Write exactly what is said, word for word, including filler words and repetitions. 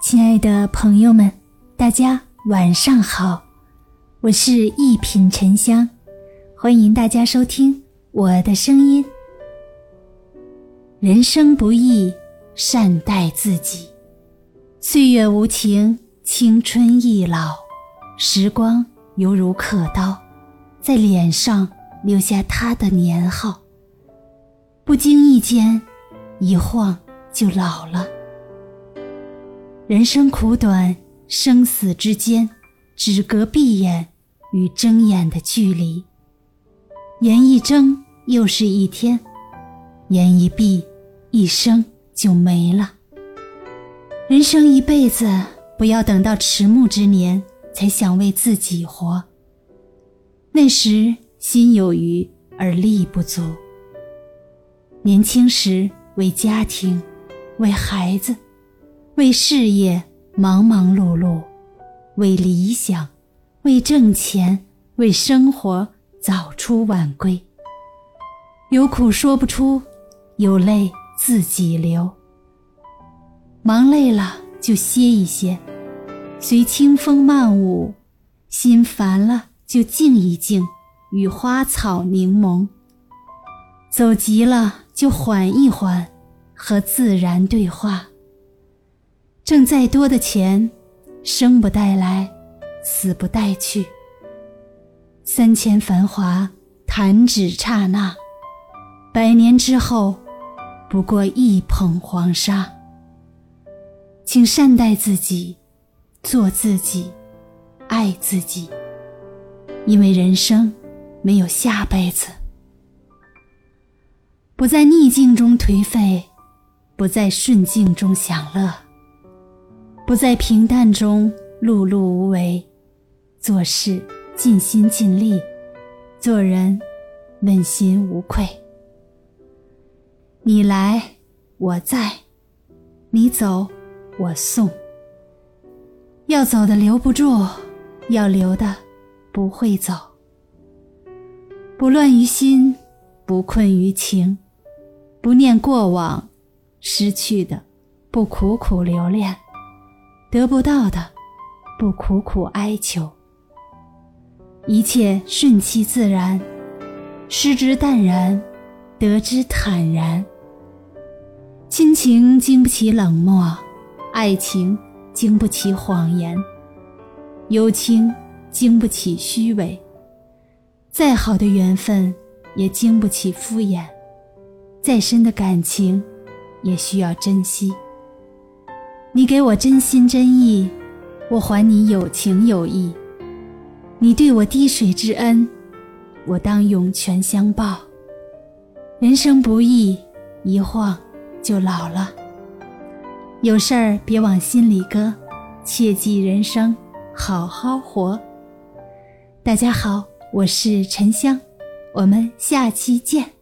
亲爱的朋友们，大家晚上好，我是一品沉香，欢迎大家收听我的声音。人生不易，善待自己。岁月无情，青春易老，时光犹如刻刀，在脸上留下它的年号。不经意间，一晃就老了。人生苦短，生死之间只隔闭眼与睁眼的距离。眼一睁又是一天，眼一闭一生就没了。人生一辈子，不要等到迟暮之年才想为自己活，那时心有余而力不足。年轻时为家庭，为孩子，为事业忙忙碌碌，为理想，为挣钱，为生活早出晚归。有苦说不出，有泪自己流。忙累了就歇一歇，随清风漫舞；心烦了就静一静，与花草柠檬。走急了就缓一缓，和自然对话。挣再多的钱，生不带来，死不带去。三千繁华，弹指刹那，百年之后，不过一捧黄沙。请善待自己，做自己，爱自己，因为人生没有下辈子。不在逆境中颓废，不在顺境中享乐，不在平淡中碌碌无为，做事尽心尽力，做人问心无愧。你来我在，你走我送。要走的留不住，要留的不会走。不乱于心，不困于情，不念过往，失去的不苦苦留恋，得不到的不苦苦哀求。一切顺其自然，失之淡然，得之坦然。亲情经不起冷漠，爱情经不起谎言，友情经不起虚伪，再好的缘分也经不起敷衍，再深的感情也需要珍惜。你给我真心真意，我还你有情有义。你对我滴水之恩，我当涌泉相报。人生不易，一晃就老了。有事儿别往心里搁，切记人生好好活。大家好，我是沉香，我们下期见。